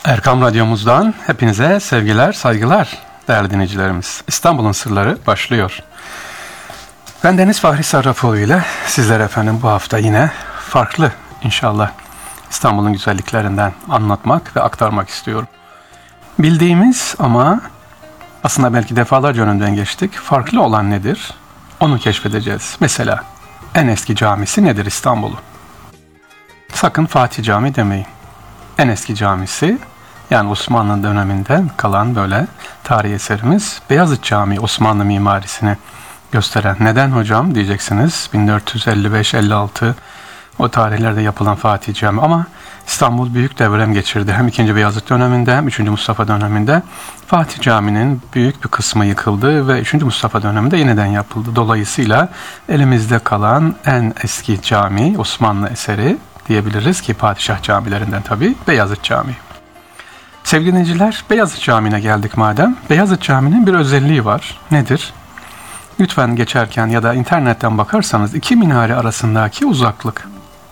Erkam Radyomuzdan hepinize sevgiler, saygılar değerli dinleyicilerimiz. İstanbul'un Sırları başlıyor. Ben Deniz Fahri Sarrafoğlu ile sizlere efendim bu hafta yine farklı inşallah İstanbul'un güzelliklerinden anlatmak ve aktarmak istiyorum. Bildiğimiz ama aslında belki defalarca önünden geçtik. Farklı olan nedir? Onu keşfedeceğiz. Mesela en eski camisi nedir İstanbul'un? Sakın Fatih Camii demeyin. En eski camisi, yani Osmanlı döneminden kalan böyle tarihi eserimiz Beyazıt Camii, Osmanlı mimarisini gösteren. Neden hocam diyeceksiniz. 1455-56 o tarihlerde yapılan Fatih Camii, ama İstanbul büyük devrem geçirdi. Hem 2. Beyazıt döneminde hem 3. Mustafa döneminde Fatih Camii'nin büyük bir kısmı yıkıldı ve 3. Mustafa döneminde yeniden yapıldı. Dolayısıyla elimizde kalan en eski cami, Osmanlı eseri diyebiliriz ki padişah camilerinden tabii Beyazıt Camii. Sevgili dinleyiciler, Beyazıt Camii'ne geldik madem. Beyazıt Camii'nin bir özelliği var. Nedir? Lütfen geçerken ya da internetten bakarsanız iki minare arasındaki uzaklık.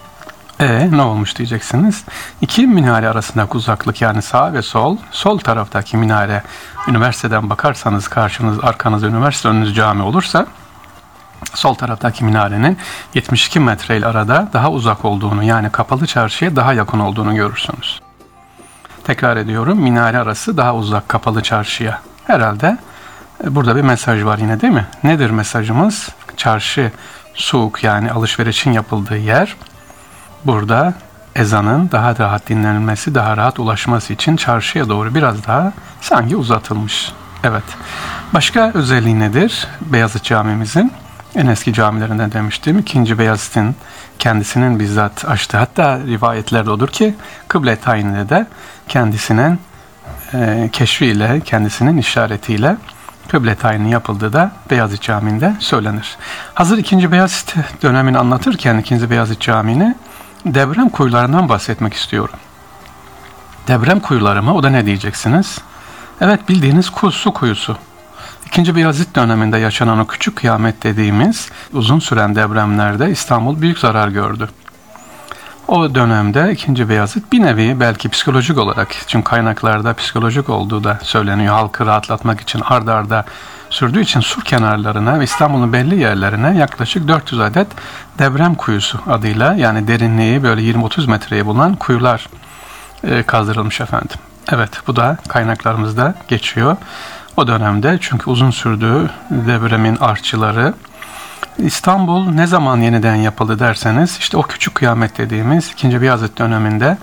Ne olmuş diyeceksiniz? İki minare arasındaki uzaklık, yani sağ ve sol taraftaki minare, üniversiteden bakarsanız karşınız, arkanız üniversite, önünüz cami olursa sol taraftaki minarenin 72 metre ile arada daha uzak olduğunu, yani kapalı çarşıya daha yakın olduğunu görürsünüz. Tekrar ediyorum, minare arası daha uzak kapalı çarşıya. Herhalde burada bir mesaj var yine, değil mi? Nedir mesajımız? Çarşı, suk, yani alışverişin yapıldığı yer. Burada ezanın daha rahat dinlenilmesi, daha rahat ulaşması için çarşıya doğru biraz daha sanki uzatılmış. Evet. Başka özelliği nedir Beyazıt Camimizin? En eski camilerinden demiştim. 2. Beyazıt'ın kendisinin bizzat açtığı, hatta rivayetlerde odur ki kıble tayininde de kendisinin keşfiyle, kendisinin işaretiyle kıble tayini yapıldığı da Beyazıt Camii'nde söylenir. Hazır 2. Beyazıt dönemini anlatırken 2. Beyazıt Camii'ni deprem kuyularından bahsetmek istiyorum. Deprem kuyuları mı? O da ne diyeceksiniz? Evet, bildiğiniz su kuyusu. 2. Beyazıt döneminde yaşanan o küçük kıyamet dediğimiz uzun süren depremlerde İstanbul büyük zarar gördü. O dönemde 2. Beyazıt bir nevi belki psikolojik olarak, çünkü kaynaklarda psikolojik olduğu da söyleniyor, halkı rahatlatmak için arda arda sürdüğü için sur kenarlarına ve İstanbul'un belli yerlerine yaklaşık 400 adet deprem kuyusu adıyla, yani derinliği böyle 20-30 metreye bulan kuyular kazdırılmış efendim. Evet, bu da kaynaklarımızda geçiyor. O dönemde, çünkü uzun sürdüğü depremin artçıları. İstanbul ne zaman yeniden yapıldı derseniz, işte o küçük kıyamet dediğimiz 2. Beyazıt döneminde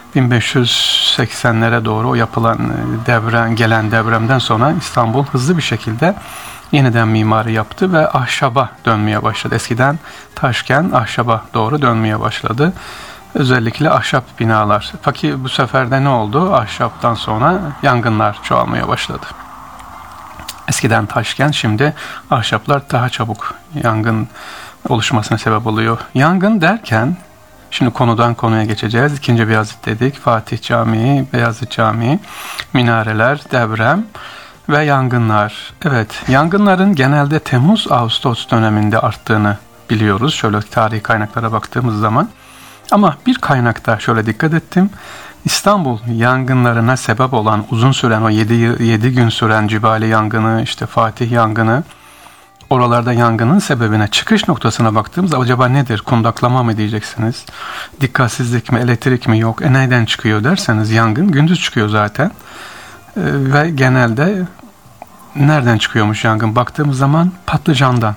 1580'lere doğru o yapılan gelen depremden sonra İstanbul hızlı bir şekilde yeniden mimari yaptı ve ahşaba dönmeye başladı. Eskiden taşken ahşaba doğru dönmeye başladı. Özellikle ahşap binalar. Fakat bu sefer de ne oldu? Ahşaptan sonra yangınlar çoğalmaya başladı. Eskiden taşken şimdi ahşaplar daha çabuk yangın oluşmasına sebep oluyor. Yangın derken, şimdi konudan konuya geçeceğiz. 2. Beyazıt dedik, Fatih Camii, Beyazıt Camii, minareler, deprem ve yangınlar. Evet, yangınların genelde Temmuz-Ağustos döneminde arttığını biliyoruz. Şöyle tarihi kaynaklara baktığımız zaman. Ama bir kaynakta şöyle dikkat ettim. İstanbul yangınlarına sebep olan, uzun süren o 7 gün süren Cibali yangını, işte Fatih yangını, oralarda yangının sebebine, çıkış noktasına baktığımızda acaba nedir? Kundaklama mı diyeceksiniz? Dikkatsizlik mi? Elektrik mi? Yok. Neyden çıkıyor derseniz, yangın gündüz çıkıyor zaten. Ve genelde nereden çıkıyormuş yangın? Baktığımız zaman patlıcandan.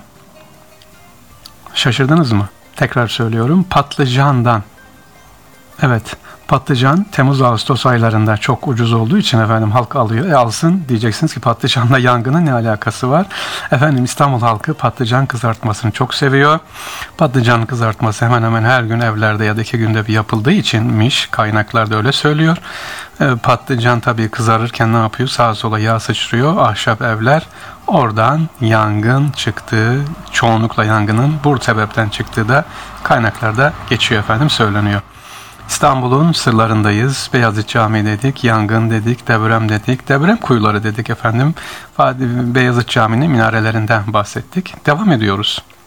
Şaşırdınız mı? Tekrar söylüyorum, patlıcandan. Evet, patlıcan Temmuz-Ağustos aylarında çok ucuz olduğu için efendim halk alıyor. Alsın diyeceksiniz ki patlıcanla yangının ne alakası var? Efendim İstanbul halkı patlıcan kızartmasını çok seviyor. Patlıcan kızartması hemen hemen her gün evlerde ya da 2 günde bir yapıldığı içinmiş. Kaynaklarda öyle söylüyor. Patlıcan tabii kızarırken ne yapıyor? Sağa sola yağ sıçrıyor. Ahşap evler. Oradan yangın çıktığı, çoğunlukla yangının bu sebepten çıktığı da kaynaklarda geçiyor efendim, söyleniyor. İstanbul'un sırlarındayız. Beyazıt Camii dedik, yangın dedik, deprem dedik, deprem kuyuları dedik efendim. Beyazıt Camii'nin minarelerinden bahsettik. Devam ediyoruz.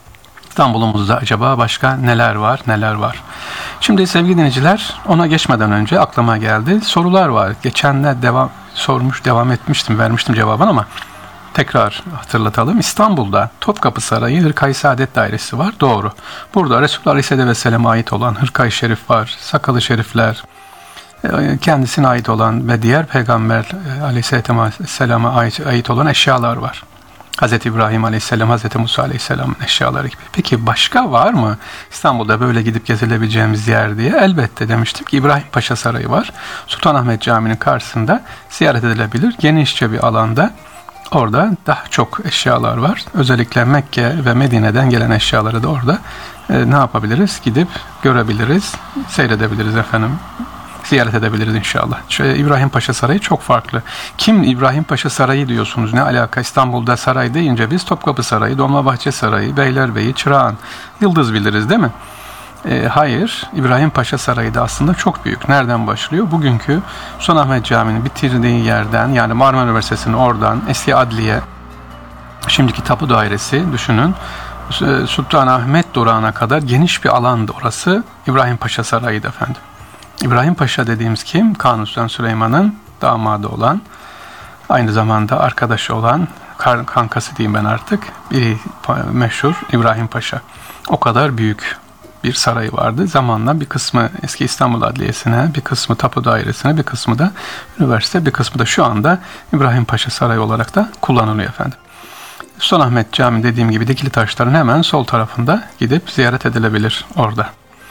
İstanbul'umuzda acaba başka neler var, neler var? Şimdi sevgili dinleyiciler, ona geçmeden önce aklıma geldi. Sorular var. Geçen de devam etmiştim, vermiştim cevabını ama tekrar hatırlatalım. İstanbul'da Topkapı Sarayı Hırkayı Saadet Dairesi var. Doğru. Burada Resulullah Aleyhisselatü Vesselam'a ait olan Hırkayı Şerif var. Sakalı şerifler, kendisine ait olan ve diğer peygamber Aleyhisselam'a ait olan eşyalar var. Hz. İbrahim Aleyhisselam, Hz. Musa Aleyhisselam'ın eşyaları gibi. Peki başka var mı İstanbul'da böyle gidip gezilebileceğimiz yer diye? Elbette demiştim ki İbrahim Paşa Sarayı var. Sultanahmet Camii'nin karşısında ziyaret edilebilir. Genişçe bir alanda. Orada daha çok eşyalar var. Özellikle Mekke ve Medine'den gelen eşyaları da orada ne yapabiliriz? Gidip görebiliriz, seyredebiliriz efendim. Ziyaret edebiliriz inşallah. İbrahim Paşa Sarayı çok farklı. Kim İbrahim Paşa Sarayı diyorsunuz? Ne alaka? İstanbul'da saray deyince biz Topkapı Sarayı, Dolmabahçe Sarayı, Beylerbeyi, Çırağan, Yıldız biliriz değil mi? Hayır. İbrahim Paşa Sarayı da aslında çok büyük. Nereden başlıyor? Bugünkü Sultanahmet Camii'nin bitirdiği yerden, yani Marmara Üniversitesi'nin oradan Eski Adliye, şimdiki Tapu Dairesi düşünün. Sultanahmet durağına kadar geniş bir alandı orası. İbrahim Paşa Sarayı'ydı efendim. İbrahim Paşa dediğimiz kim? Kanuni Sultan Süleyman'ın damadı olan, aynı zamanda arkadaşı olan, kankası diyeyim ben artık, biri meşhur İbrahim Paşa. O kadar büyük bir sarayı vardı. Zamanla bir kısmı eski İstanbul Adliyesi'ne, bir kısmı Tapu Dairesi'ne, bir kısmı da üniversite, bir kısmı da şu anda İbrahim Paşa Sarayı olarak da kullanılıyor efendim. Sultanahmet Camii dediğim gibi Dikili Taşların hemen sol tarafında gidip ziyaret edilebilir orada.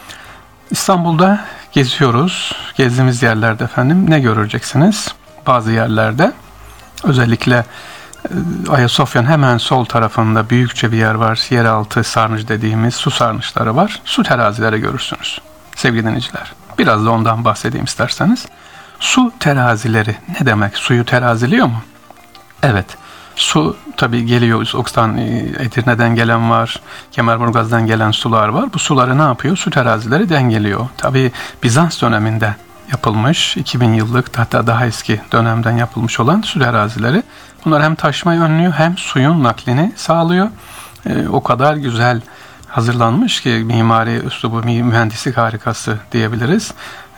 İstanbul'da geziyoruz. Gezdiğimiz yerlerde efendim ne göreceksiniz? Bazı yerlerde özellikle Ayasofya'nın hemen sol tarafında büyükçe bir yer var. Yeraltı sarnıç dediğimiz su sarnıçları var. Su terazileri görürsünüz sevgili dinleyiciler. Biraz da ondan bahsedeyim isterseniz. Su terazileri ne demek? Suyu teraziliyor mu? Evet. Su tabii geliyor. Okstan, Edirne'den gelen var. Kemerburgaz'dan gelen sular var. Bu suları ne yapıyor? Su terazileri dengeliyor. Tabii Bizans döneminde yapılmış, 2000 yıllık hatta daha eski dönemden yapılmış olan su terazileri. Bunlar hem taşmayı önlüyor hem suyun naklini sağlıyor. O kadar güzel hazırlanmış ki mimari üslubu, mühendislik harikası diyebiliriz.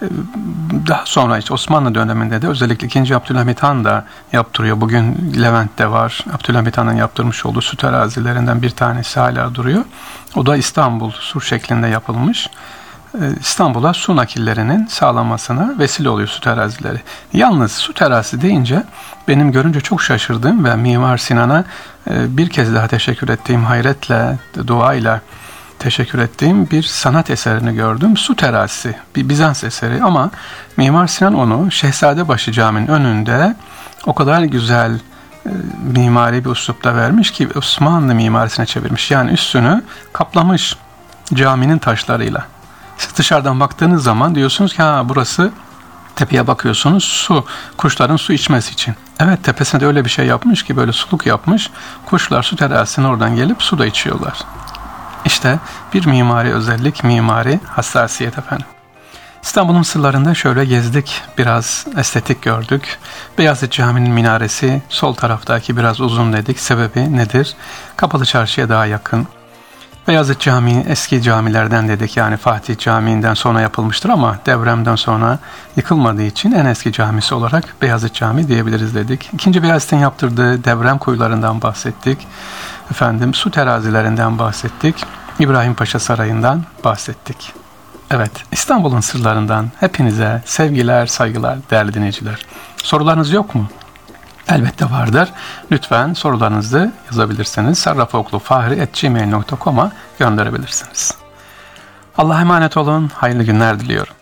Daha sonra işte Osmanlı döneminde de özellikle 2. Abdülhamit Han da yaptırıyor. Bugün Levent'te var. Abdülhamit Han'ın yaptırmış olduğu su terazilerinden bir tanesi hala duruyor. O da İstanbul sur şeklinde yapılmış. İstanbul'a su nakillerinin sağlanmasına vesile oluyor su terazileri. Yalnız su terazisi deyince benim görünce çok şaşırdığım ve Mimar Sinan'a bir kez daha teşekkür ettiğim, hayretle, duayla teşekkür ettiğim bir sanat eserini gördüm. Su terazisi, bir Bizans eseri ama Mimar Sinan onu Şehzadebaşı Camii'nin önünde o kadar güzel mimari bir üslupta vermiş ki Osmanlı mimarisine çevirmiş. Yani üstünü kaplamış caminin taşlarıyla. Siz dışarıdan baktığınız zaman diyorsunuz ki burası, tepeye bakıyorsunuz, su, kuşların su içmesi için. Evet, tepesine de öyle bir şey yapmış ki böyle suluk yapmış. Kuşlar su terazisine oradan gelip su da içiyorlar. İşte bir mimari özellik, mimari hassasiyet efendim. İstanbul'un sırlarında şöyle gezdik, biraz estetik gördük. Beyazıt Camii'nin minaresi sol taraftaki biraz uzun dedik. Sebebi nedir? Kapalı Çarşı'ya daha yakın. Beyazıt Camii eski camilerden dedik, yani Fatih Camii'nden sonra yapılmıştır ama depremden sonra yıkılmadığı için en eski camisi olarak Beyazıt Camii diyebiliriz dedik. İkinci Beyazıt'ın yaptırdığı deprem kuyularından bahsettik. Efendim su terazilerinden bahsettik. İbrahim Paşa Sarayı'ndan bahsettik. Evet, İstanbul'un sırlarından hepinize sevgiler, saygılar değerli dinleyiciler. Sorularınız yok mu? Elbette vardır. Lütfen sorularınızı yazabilirsiniz. sarrafoglufahri@gmail.com'a gönderebilirsiniz. Allah'a emanet olun. Hayırlı günler diliyorum.